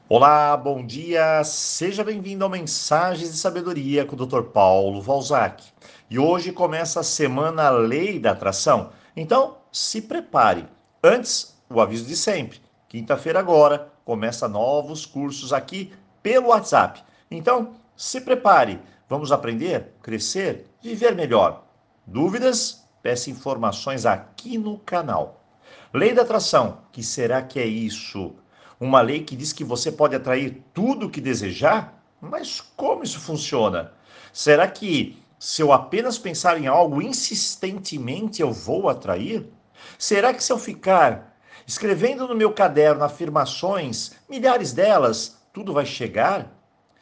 Olá, bom dia, seja bem-vindo ao Mensagens de Sabedoria com o Dr. Paulo Valzac. E hoje começa a semana Lei da Atração, então se prepare. Antes, o aviso de sempre, quinta-feira agora começa novos cursos aqui pelo WhatsApp. Então se prepare, vamos aprender, crescer, viver melhor. Dúvidas? Peça informações aqui no canal. Lei da atração, que será que é isso? Uma lei que diz que você pode atrair tudo o que desejar? Mas como isso funciona? Será que se eu apenas pensar em algo insistentemente eu vou atrair? Será que se eu ficar escrevendo no meu caderno afirmações, milhares delas, tudo vai chegar?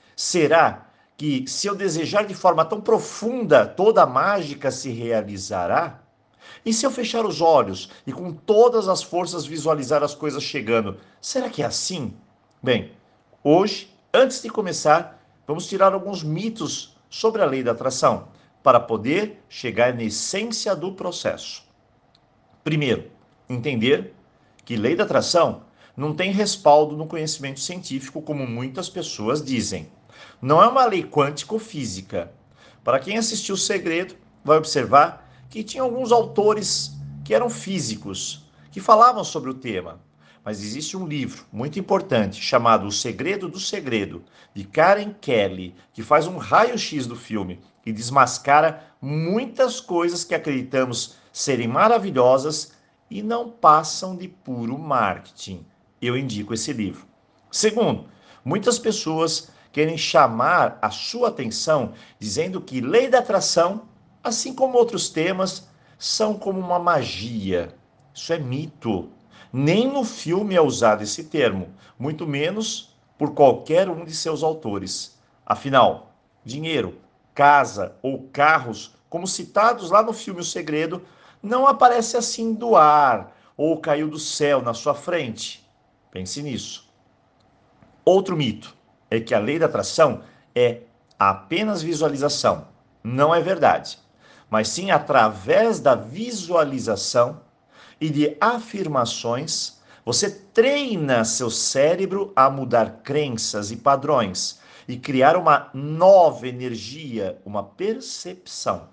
Será que se eu desejar de forma tão profunda, toda a mágica se realizará? E se eu fechar os olhos e com todas as forças visualizar as coisas chegando, será que é assim? Bem, hoje, antes de começar, vamos tirar alguns mitos sobre a lei da atração, para poder chegar na essência do processo. Primeiro, entender que lei da atração não tem respaldo no conhecimento científico, como muitas pessoas dizem. Não é uma lei quântico-física. Para quem assistiu O Segredo, vai observar que tinha alguns autores que eram físicos, que falavam sobre o tema. Mas existe um livro muito importante chamado O Segredo do Segredo, de Karen Kelly, que faz um raio-x do filme e desmascara muitas coisas que acreditamos serem maravilhosas e não passam de puro marketing. Eu indico esse livro. Segundo, muitas pessoas querem chamar a sua atenção dizendo que lei da atração, assim como outros temas, são como uma magia. Isso é mito. Nem no filme é usado esse termo, muito menos por qualquer um de seus autores. Afinal, dinheiro, casa ou carros, como citados lá no filme O Segredo, não aparece assim do ar ou caiu do céu na sua frente. Pense nisso. Outro mito é que a lei da atração é apenas visualização. Não é verdade. Mas sim através da visualização e de afirmações, você treina seu cérebro a mudar crenças e padrões e criar uma nova energia, uma percepção.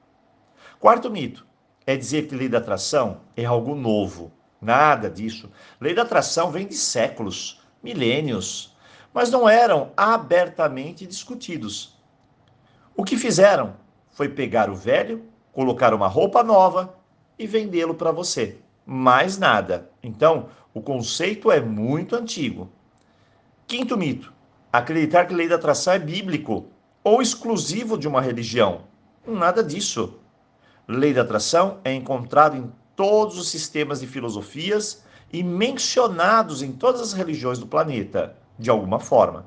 Quarto mito é dizer que lei da atração é algo novo. Nada disso. Lei da atração vem de séculos, milênios, mas não eram abertamente discutidos. O que fizeram foi pegar o velho, colocar uma roupa nova e vendê-lo para você. Mais nada. Então, o conceito é muito antigo. Quinto mito: acreditar que lei da atração é bíblico ou exclusivo de uma religião. Nada disso. Lei da atração é encontrado em todos os sistemas de filosofias e mencionados em todas as religiões do planeta, de alguma forma.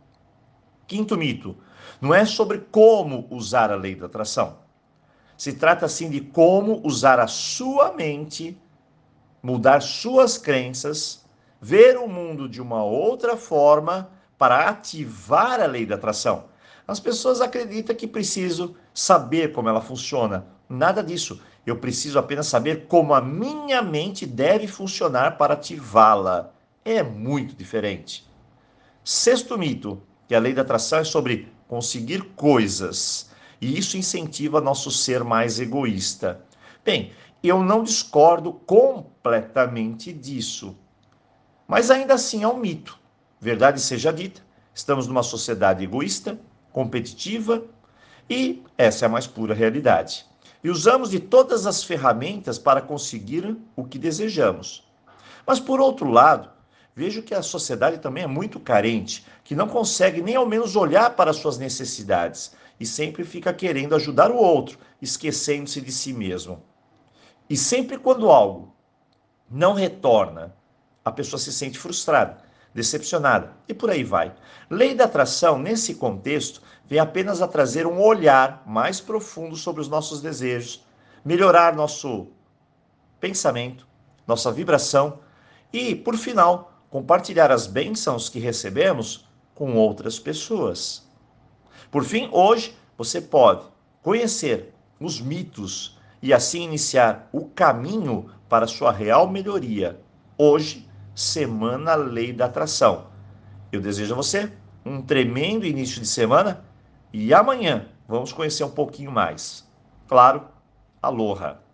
Quinto mito: não é sobre como usar a lei da atração. Se trata sim de como usar a sua mente, mudar suas crenças, ver o mundo de uma outra forma para ativar a lei da atração. As pessoas acreditam que preciso saber como ela funciona. Nada disso. Eu preciso apenas saber como a minha mente deve funcionar para ativá-la. É muito diferente. Sexto mito, que a lei da atração é sobre conseguir coisas, e isso incentiva nosso ser mais egoísta. Bem, eu não discordo completamente disso, mas ainda assim é um mito. Verdade seja dita, estamos numa sociedade egoísta, competitiva, e essa é a mais pura realidade. E usamos de todas as ferramentas para conseguir o que desejamos. Mas, por outro lado, vejo que a sociedade também é muito carente, que não consegue nem ao menos olhar para as suas necessidades e sempre fica querendo ajudar o outro, esquecendo-se de si mesmo. E sempre quando algo não retorna, a pessoa se sente frustrada, decepcionada e por aí vai. Lei da atração, nesse contexto, vem apenas a trazer um olhar mais profundo sobre os nossos desejos, melhorar nosso pensamento, nossa vibração e, por final, compartilhar as bênçãos que recebemos com outras pessoas. Por fim, hoje você pode conhecer os mitos e assim iniciar o caminho para sua real melhoria. Hoje, Semana Lei da Atração. Eu desejo a você um tremendo início de semana e amanhã vamos conhecer um pouquinho mais. Claro, aloha!